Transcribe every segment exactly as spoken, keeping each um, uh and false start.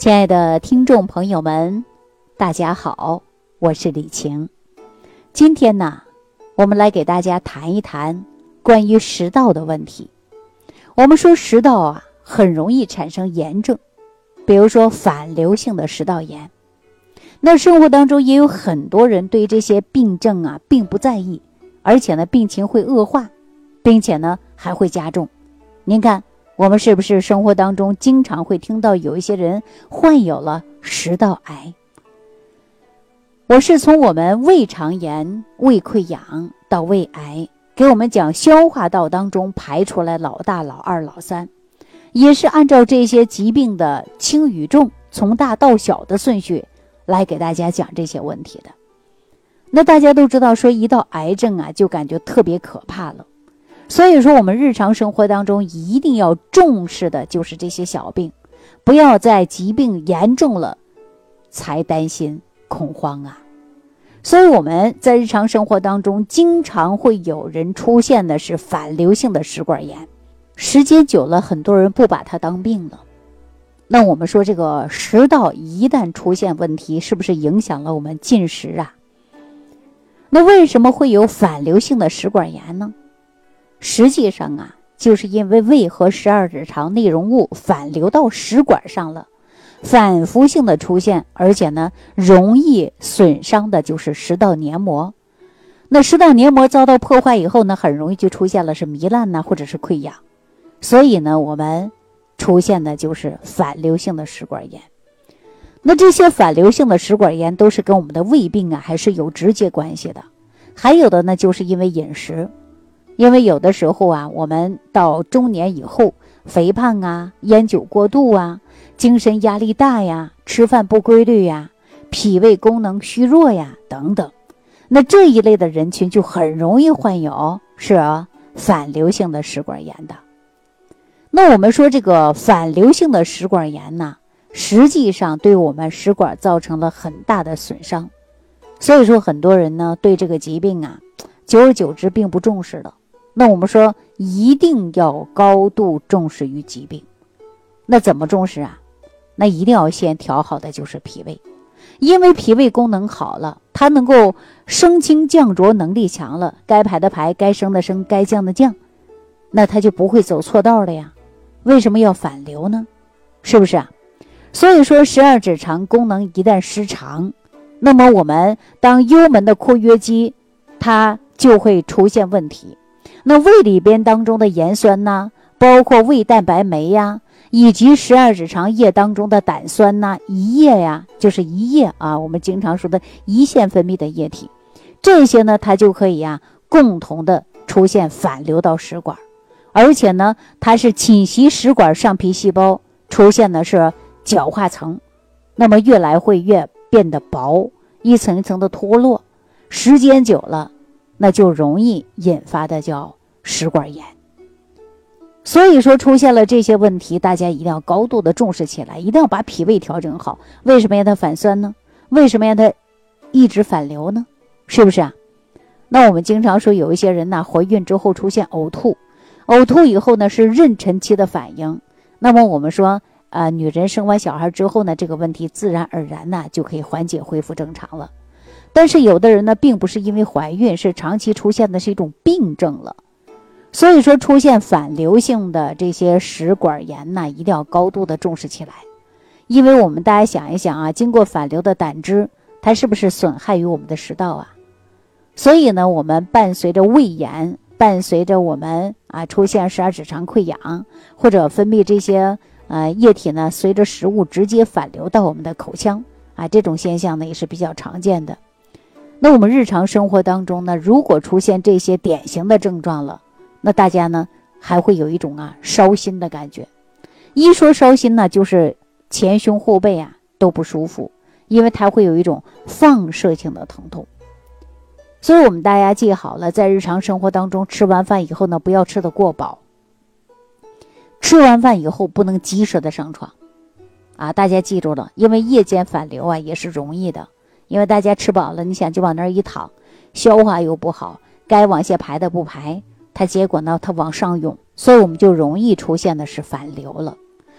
亲爱的听众朋友们，大家好，我是李晴。今天呢，我们来给大家谈一谈关于食道的问题。我们说食道啊，很容易产生炎症，比如说反流性的食道炎。那生活当中也有很多人对这些病症啊并不在意，而且呢病情会恶化，并且呢还会加重。您看我们是不是生活当中经常会听到有一些人患有了食道癌？我是从我们胃肠炎、胃溃疡到胃癌，给我们讲消化道当中排出来老大、老二、老三，也是按照这些疾病的轻与重，从大到小的顺序来给大家讲这些问题的。那大家都知道说一到癌症啊，就感觉特别可怕了。所以说我们日常生活当中一定要重视的就是这些小病，不要在疾病严重了才担心恐慌啊。所以我们在日常生活当中经常会有人出现的是反流性的食管炎，时间久了很多人不把它当病了。那我们说这个食道一旦出现问题，是不是影响了我们进食啊？那为什么会有反流性的食管炎呢？实际上啊，就是因为胃和十二指肠内容物反流到食管上了，反复性的出现，而且呢容易损伤的就是食道黏膜。那食道黏膜遭到破坏以后呢，很容易就出现了是糜烂呐、啊，或者是溃疡。所以呢我们出现的就是反流性的食管炎。那这些反流性的食管炎都是跟我们的胃病啊还是有直接关系的。还有的呢就是因为饮食，因为有的时候啊，我们到中年以后，肥胖啊、烟酒过度啊、精神压力大呀、吃饭不规律呀、脾胃功能虚弱呀等等，那这一类的人群就很容易患有是啊反流性的食管炎的。那我们说这个反流性的食管炎呢，实际上对我们食管造成了很大的损伤。所以说很多人呢对这个疾病啊，久而久之并不重视了。那我们说一定要高度重视于疾病。那怎么重视啊？那一定要先调好的就是脾胃。因为脾胃功能好了，它能够升清降浊能力强了，该排的排，该升的升，该降的降，那它就不会走错道了呀。为什么要反流呢？是不是啊？所以说十二指肠功能一旦失常，那么我们当幽门的括约肌它就会出现问题。那胃里边当中的盐酸呐，包括胃蛋白酶呀，以及十二指肠液当中的胆酸呐、胰液呀，就是胰液啊，我们经常说的胰腺分泌的液体，这些呢它就可以呀共同的出现反流到食管，而且呢它是侵袭食管上皮细胞，出现的是角化层，那么越来会越变得薄，一层一层的脱落，时间久了那就容易引发的叫食管炎。所以说出现了这些问题，大家一定要高度的重视起来，一定要把脾胃调整好。为什么让它反酸呢？为什么让它一直反流呢？是不是啊？那我们经常说有一些人呢，怀孕之后出现呕吐，呕吐以后呢是妊娠期的反应。那么我们说呃，女人生完小孩之后呢，这个问题自然而然呢就可以缓解恢复正常了。但是有的人呢并不是因为怀孕，是长期出现的是一种病症了。所以说出现反流性的这些食管炎呢，一定要高度的重视起来。因为我们大家想一想啊，经过反流的胆汁，它是不是损害于我们的食道啊？所以呢我们伴随着胃炎，伴随着我们啊出现十二指肠溃疡，或者分泌这些呃液体呢随着食物直接反流到我们的口腔啊，这种现象呢也是比较常见的。那我们日常生活当中呢，如果出现这些典型的症状了，那大家呢还会有一种啊烧心的感觉。一说烧心呢，就是前胸后背啊都不舒服，因为它会有一种放射性的疼痛。所以我们大家记好了，在日常生活当中吃完饭以后呢，不要吃得过饱，吃完饭以后不能及时的上床啊，大家记住了，因为夜间反流啊也是容易的。因为大家吃饱了，你想就往那儿一躺，消化又不好，该往下排的不排，它结果呢它往上涌，所以我们就容易出现的是反流了。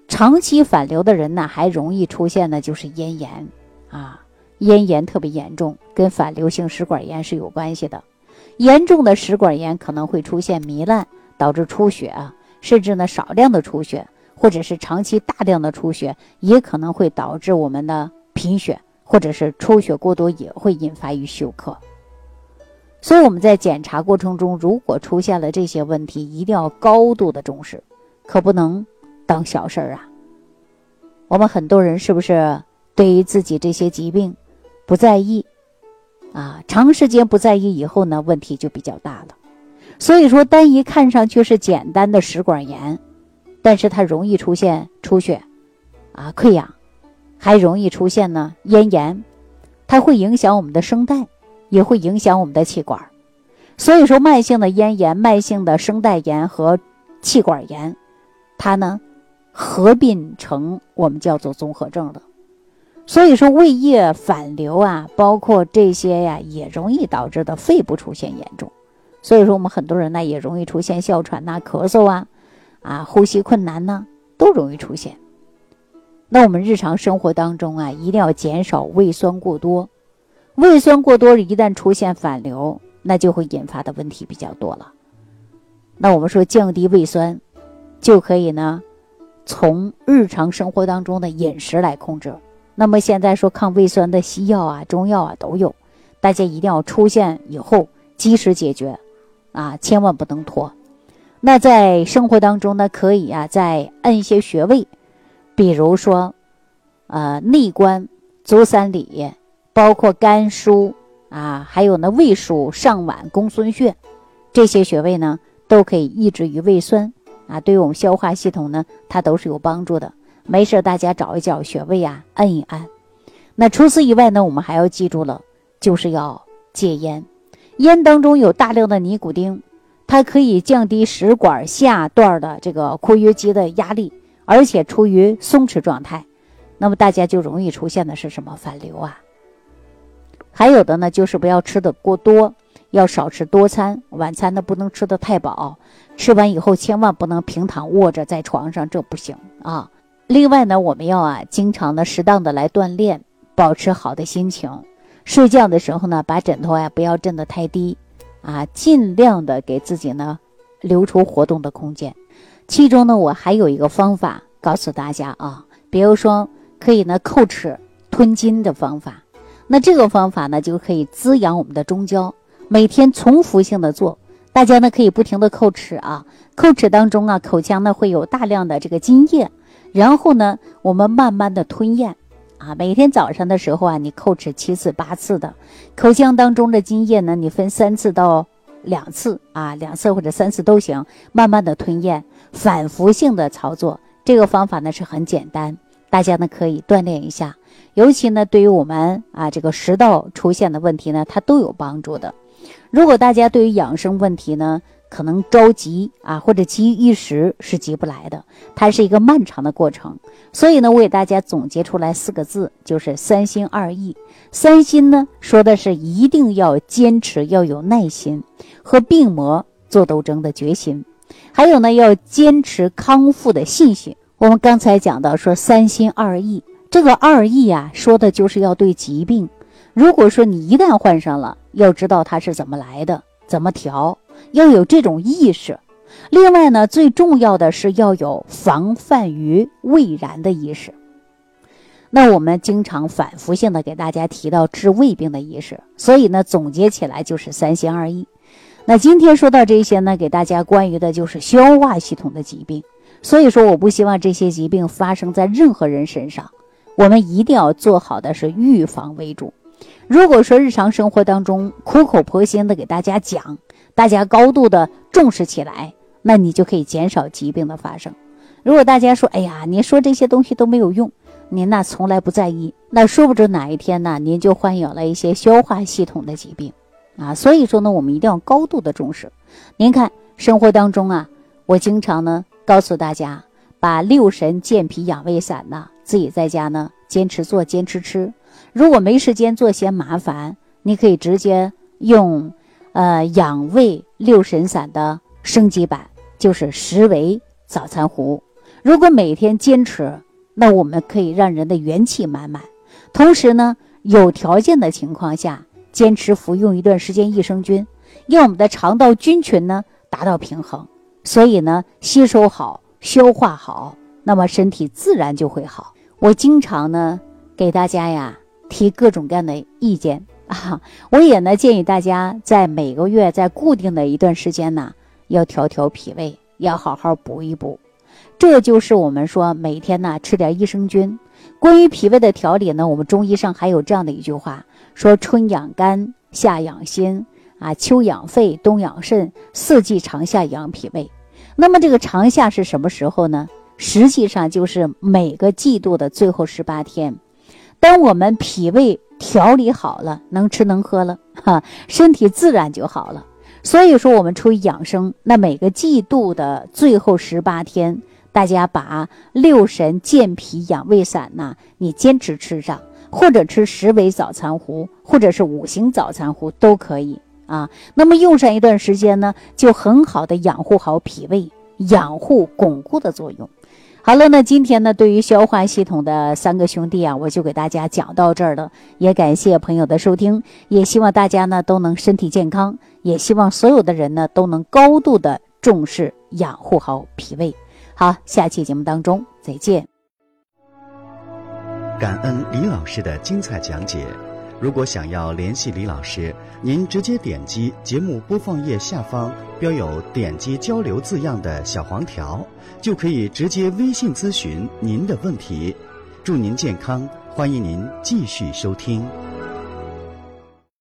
长期反流的人呢，还容易出现的就是咽炎啊，咽炎特别严重，跟反流性食管炎是有关系的。严重的食管炎可能会出现糜烂，导致出血啊，甚至呢少量的出血，或者是长期大量的出血，也可能会导致我们的贫血，或者是出血过多，也会引发于休克。所以我们在检查过程中，如果出现了这些问题，一定要高度的重视，可不能当小事儿啊。我们很多人是不是对于自己这些疾病不在意啊？长时间不在意以后呢，问题就比较大了。所以说，单一看上去是简单的食管炎，但是它容易出现出血啊、溃疡，还容易出现呢咽炎，它会影响我们的声带，也会影响我们的气管。所以说，慢性的咽炎、慢性的声带炎和气管炎，它呢合并成我们叫做综合症的。所以说，胃液反流啊，包括这些呀，也容易导致的肺部出现严重。所以说，我们很多人呢也容易出现哮喘呐、咳嗽啊、啊呼吸困难呐，都容易出现。那我们日常生活当中啊，一定要减少胃酸过多。胃酸过多一旦出现反流，那就会引发的问题比较多了。那我们说降低胃酸，就可以呢从日常生活当中的饮食来控制。那么现在说抗胃酸的西药啊、中药啊都有，大家一定要出现以后及时解决啊，千万不能拖。那在生活当中呢，可以啊再按一些穴位，比如说呃内关、足三里，包括肝腧啊，还有呢胃腧、上脘、公孙穴，这些穴位呢都可以抑制于胃酸啊，对于我们消化系统呢它都是有帮助的。没事大家找一找穴位啊，按一按。那除此以外呢，我们还要记住了，就是要戒烟。烟当中有大量的尼古丁，它可以降低食管下段的这个括约肌的压力，而且处于松弛状态，那么大家就容易出现的是什么？反流啊。还有的呢，就是不要吃的过多，要少吃多餐，晚餐呢不能吃的太饱，吃完以后千万不能平躺卧着在床上，这不行啊。另外呢，我们要啊经常的适当的来锻炼，保持好的心情。睡觉的时候呢，把枕头啊不要震得太低啊，尽量的给自己呢留出活动的空间。其中呢，我还有一个方法告诉大家啊，比如说可以呢叩齿吞金的方法。那这个方法呢就可以滋养我们的中焦，每天重复性的做。大家呢可以不停的叩齿啊，叩齿当中啊，口腔呢会有大量的这个津液，然后呢我们慢慢的吞咽啊，每天早上的时候啊，你叩齿七次八次的，口腔当中的津液呢，你分三次到两次啊，两次或者三次都行，慢慢的吞咽，反复性的操作。这个方法呢是很简单，大家呢可以锻炼一下，尤其呢对于我们啊这个食道出现的问题呢，它都有帮助的。如果大家对于养生问题呢可能着急啊，或者急于一时，是急不来的，它是一个漫长的过程。所以呢，我给大家总结出来四个字，就是三心二意。三心呢，说的是一定要坚持，要有耐心，和病魔做斗争的决心。还有呢，要坚持康复的信心。我们刚才讲到说三心二意，这个二意啊，说的就是要对疾病，如果说你一旦患上了，要知道它是怎么来的，怎么调，要有这种意识。另外呢，最重要的是要有防范于未然的意识。那我们经常反复性的给大家提到治胃病的意识，所以呢总结起来就是三心二意。那今天说到这些呢，给大家关于的就是消化系统的疾病。所以说我不希望这些疾病发生在任何人身上，我们一定要做好的是预防为主。如果说日常生活当中苦口婆心的给大家讲，大家高度的重视起来，那你就可以减少疾病的发生。如果大家说哎呀，你说这些东西都没有用，您那从来不在意，那说不准哪一天呢，您就患有了一些消化系统的疾病啊。所以说呢，我们一定要高度的重视。您看生活当中啊，我经常呢告诉大家，把六神健脾养胃散呢自己在家呢坚持做，坚持吃。如果没时间做嫌麻烦，你可以直接用呃养胃六神散的升级版，就是十味早餐壶。 如果每天坚持，那我们可以让人的元气满满。同时呢，有条件的情况下，坚持服用一段时间益生菌，让我们的肠道菌群呢达到平衡，所以呢，吸收好，消化好，那么身体自然就会好。我经常呢给大家呀提各种各样的意见啊，我也呢建议大家在每个月在固定的一段时间呢，要调调脾胃，要好好补一补。这就是我们说每天呢吃点益生菌。关于脾胃的调理呢，我们中医上还有这样的一句话，说春养肝，夏养心啊，秋养肺，冬养肾，四季长夏养脾胃。那么这个长夏是什么时候呢？实际上就是每个季度的最后十八天。当我们脾胃调理好了，能吃能喝了哈，身体自然就好了。所以说我们出于养生，那每个季度的最后十八天，大家把六神健脾养胃散呢，你坚持吃上，或者吃十味早餐糊，或者是五行早餐糊都可以啊。那么用上一段时间呢，就很好的养护好脾胃，养护巩固的作用。好了，那今天呢，对于消化系统的三个兄弟啊，我就给大家讲到这儿了。也感谢朋友的收听，也希望大家呢都能身体健康，也希望所有的人呢都能高度的重视养护好脾胃。好，下期节目当中再见。 感恩李老师的精彩讲解。如果想要联系李老师，您直接点击节目播放页下方标有点击交流字样的小黄条，就可以直接微信咨询您的问题。祝您健康，欢迎您继续收听。